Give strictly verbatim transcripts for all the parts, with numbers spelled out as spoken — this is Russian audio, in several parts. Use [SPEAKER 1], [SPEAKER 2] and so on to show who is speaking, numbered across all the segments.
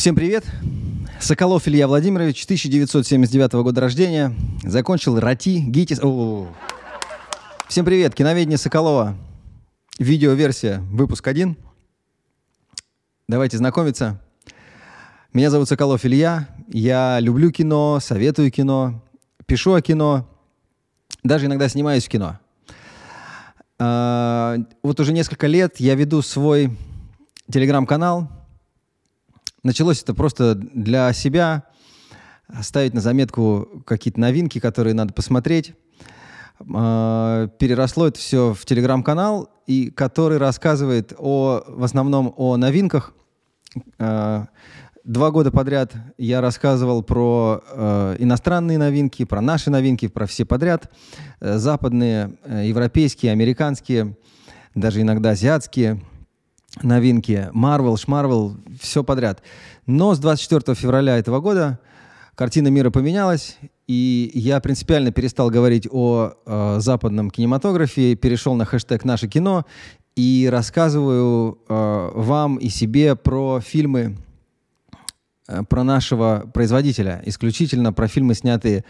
[SPEAKER 1] Всем привет! Соколов Илья Владимирович, тысяча девятьсот семьдесят девятого года рождения. Закончил РАТИ, ГИТИС... О-о-о. Всем привет! Киноведение Соколова. Видеоверсия, выпуск один. Давайте знакомиться. Меня зовут Соколов Илья. Я люблю кино, советую кино, пишу о кино, даже иногда снимаюсь в кино. А, вот уже несколько лет я веду свой телеграм-канал. Началось это просто для себя, ставить на заметку какие-то новинки, которые надо посмотреть. Переросло это все в телеграм-канал, и который рассказывает о, в основном о новинках. Два года подряд я рассказывал про иностранные новинки, про наши новинки, про все подряд. Западные, европейские, американские, даже иногда азиатские новинки, Marvel, Шмарвел, все подряд. Но с двадцать четвёртого февраля этого года картина мира поменялась, и я принципиально перестал говорить о э, западном кинематографе, перешел на хэштег «Наше кино» и рассказываю э, вам и себе про фильмы, э, про нашего производителя, исключительно про фильмы, снятые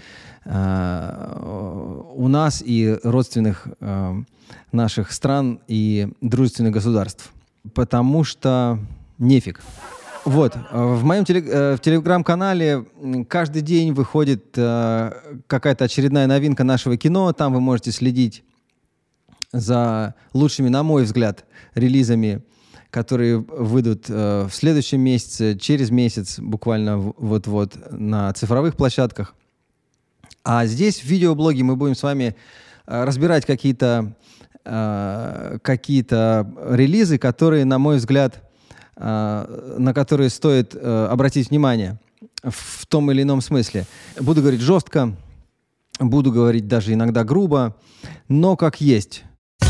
[SPEAKER 1] э, у нас и родственных э, наших стран и дружественных государств. Потому что нефиг. Вот, в моем телег- в телеграм-канале каждый день выходит э, какая-то очередная новинка нашего кино. Там вы можете следить за лучшими, на мой взгляд, релизами, которые выйдут э, в следующем месяце, через месяц, буквально вот-вот на цифровых площадках. А здесь в видеоблоге мы будем с вами э, разбирать какие-то какие-то релизы, которые, на мой взгляд, на которые стоит обратить внимание в том или ином смысле. Буду говорить жестко, буду говорить даже иногда грубо, но как есть.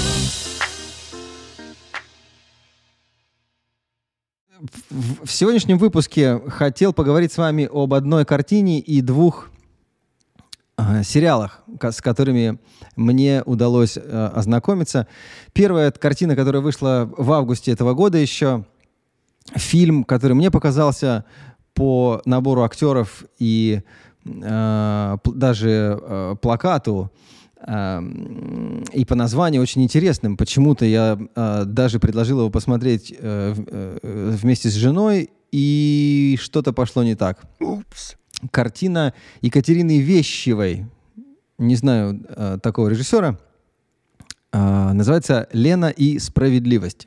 [SPEAKER 1] В сегодняшнем выпуске хотел поговорить с вами об одной картине и двух сериалах, с которыми мне удалось э, ознакомиться. Первая картина, которая вышла в августе этого года еще, фильм, который мне показался по набору актеров и э, п- даже э, плакату э, и по названию очень интересным. Почему-то я э, даже предложил его посмотреть э, э, вместе с женой, и что-то пошло не так. Упс. Картина Екатерины Вещевой, не знаю э, такого режиссера, э, называется «Лена и справедливость».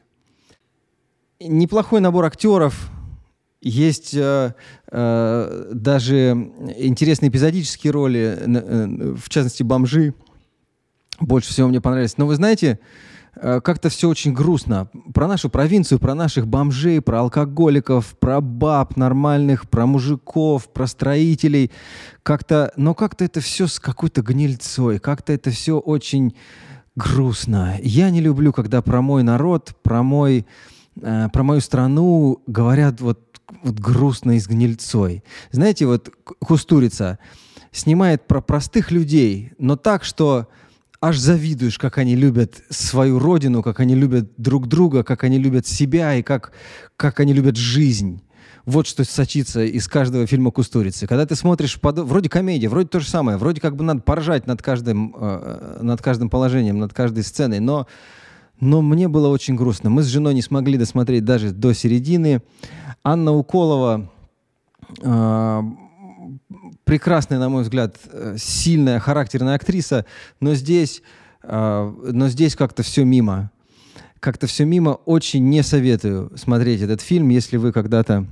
[SPEAKER 1] Неплохой набор актеров, есть э, э, даже интересные эпизодические роли, э, в частности «Бомжи». Больше всего мне понравились. Но вы знаете, как-то все очень грустно. Про нашу провинцию, про наших бомжей, про алкоголиков, про баб нормальных, про мужиков, про строителей. Как-то, но как-то это все с какой-то гнильцой, как-то это все очень грустно. Я не люблю, когда про мой народ, про, мой, э, про мою страну говорят вот, вот грустно и с гнильцой. Знаете, вот Кустурица снимает про простых людей, но так, что аж завидуешь, как они любят свою родину, как они любят друг друга, как они любят себя и как, как они любят жизнь. Вот что сочится из каждого фильма Кустурицы. Когда ты смотришь, под... вроде комедия, вроде то же самое, вроде как бы надо поржать над каждым, э, над каждым положением, над каждой сценой, но, но мне было очень грустно. Мы с женой не смогли досмотреть даже до середины. Анна Уколова... Э, прекрасная, на мой взгляд, сильная, характерная актриса, но здесь, э, но здесь как-то все мимо. Как-то все мимо. Очень не советую смотреть этот фильм, если вы когда-то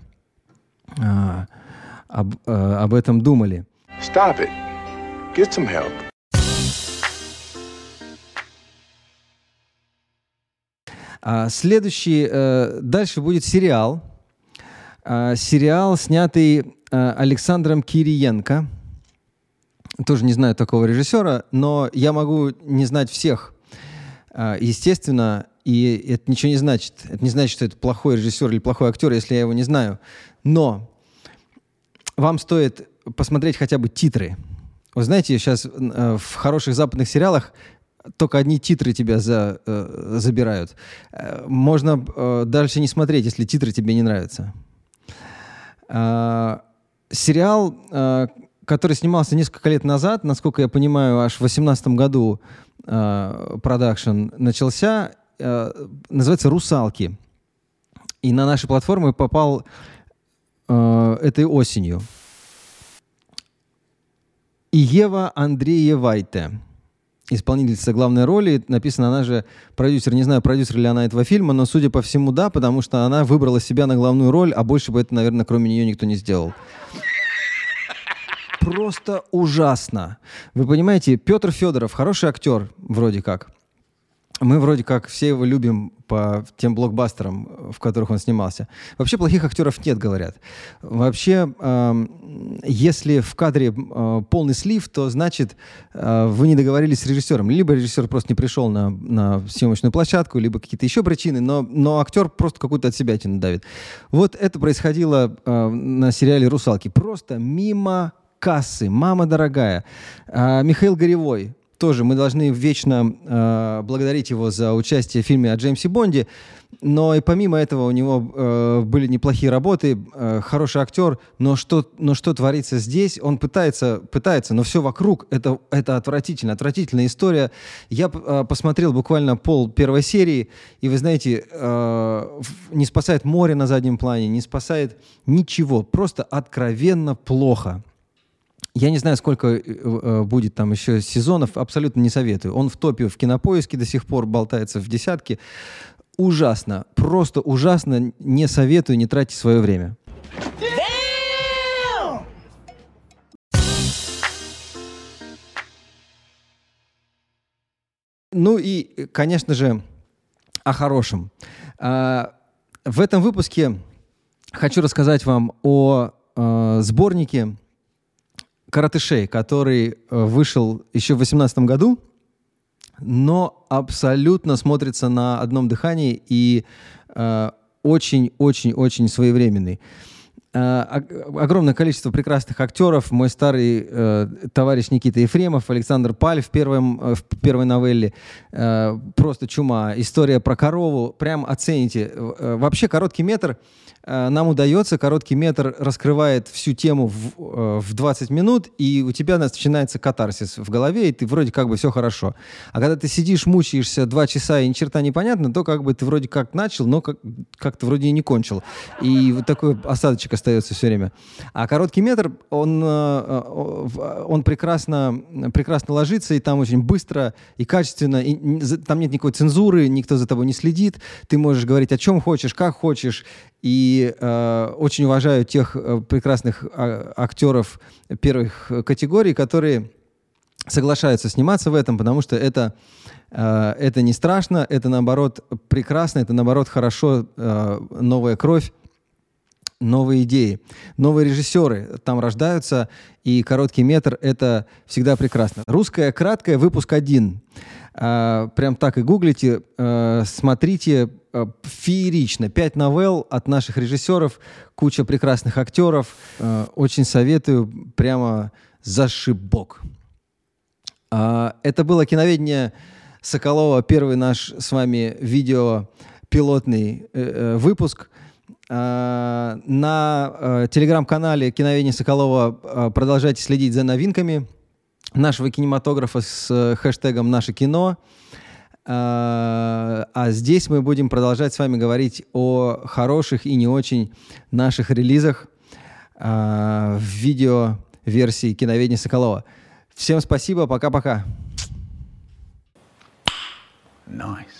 [SPEAKER 1] э, об, э, об этом думали.
[SPEAKER 2] Stop it. Get some help.
[SPEAKER 1] А следующий, э, дальше будет сериал. Э, сериал, снятый Александром Кириенко. Тоже не знаю такого режиссера, но я могу не знать всех. Естественно, и это ничего не значит. Это не значит, что это плохой режиссер или плохой актер, если я его не знаю. Но вам стоит посмотреть хотя бы титры. Вы знаете, сейчас в хороших западных сериалах только одни титры тебя за, забирают. Можно дальше не смотреть, если титры тебе не нравятся. А, сериал, а, который снимался несколько лет назад, насколько я понимаю, аж в две тысячи восемнадцатом году продакшн а, начался, а, называется «Русалки». И на наши платформы попал а, этой осенью. И Ева Андреевайте, исполнительница главной роли, написано, она же продюсер, не знаю, продюсер ли она этого фильма, но, судя по всему, да, потому что она выбрала себя на главную роль, а больше бы это, наверное, кроме нее никто не сделал. Просто ужасно. Вы понимаете, Петр Федоров, хороший актер, вроде как. Мы вроде как все его любим по тем блокбастерам, в которых он снимался. Вообще плохих актеров нет, говорят. Вообще, э, если в кадре э, полный слив, то значит, э, вы не договорились с режиссером. Либо режиссер просто не пришел на, на съемочную площадку, либо какие-то еще причины, но, но актер просто какую-то от себя тяну давит. Вот это происходило э, на сериале «Русалки». Просто мимо кассы. Мама дорогая. Э, Михаил Горевой. Тоже мы должны вечно э, благодарить его за участие в фильме о Джеймсе Бонде, но и помимо этого у него э, были неплохие работы, э, хороший актер, но что, но что творится здесь, он пытается, пытается, но все вокруг, это, это отвратительно, отвратительная история. Я э, посмотрел буквально пол первой серии, и вы знаете, э, не спасает море на заднем плане, не спасает ничего, просто откровенно плохо. Я не знаю, сколько э, будет там еще сезонов, абсолютно не советую. Он в топе в Кинопоиске до сих пор болтается в десятке. Ужасно, просто ужасно, не советую, не тратьте свое время. Ну и, конечно же, о хорошем. А, в этом выпуске хочу рассказать вам о а, сборнике «Каратэ-шей», который вышел еще в две тысячи восемнадцатом году, но абсолютно смотрится на одном дыхании и очень-очень-очень э, своевременный. Э, огромное количество прекрасных актеров. Мой старый э, товарищ Никита Ефремов, Александр Паль в, первом, э, в первой новелле. Э, просто чума. История про корову. Прям оцените. Э, вообще короткий метр нам удается, короткий метр раскрывает всю тему в, в двадцать минут, и у тебя начинается катарсис в голове, и ты вроде как бы все хорошо. А когда ты сидишь, мучаешься два часа, и ни черта непонятно, то как бы ты вроде как начал, но как, как-то вроде и не кончил. И вот такой осадочек остается все время. А короткий метр, он, он прекрасно, прекрасно ложится, и там очень быстро и качественно, и там нет никакой цензуры, никто за тобой не следит, ты можешь говорить о чем хочешь, как хочешь. И э, очень уважаю тех э, прекрасных а, актеров первых категорий, которые соглашаются сниматься в этом, потому что это, э, это не страшно, это наоборот прекрасно, это наоборот хорошо, э, новая кровь, новые идеи, новые режиссеры там рождаются, и короткий метр — это всегда прекрасно. Русская краткая, выпуск один. Э, прям так и гуглите, э, смотрите. Феерично. Пять новелл от наших режиссеров, куча прекрасных актеров. Э, очень советую, прямо зашибок. Э, это было «Киноведение» Соколова, первый наш с вами видео-пилотный э, выпуск. Э, на э, телеграм-канале «Киноведение Соколова» э, продолжайте следить за новинками нашего кинематографа с э, хэштегом «Наше кино». А, а здесь мы будем продолжать с вами говорить о хороших и не очень наших релизах а, в видео-версии «Киноведения Соколова». Всем спасибо, пока-пока.
[SPEAKER 3] Nice.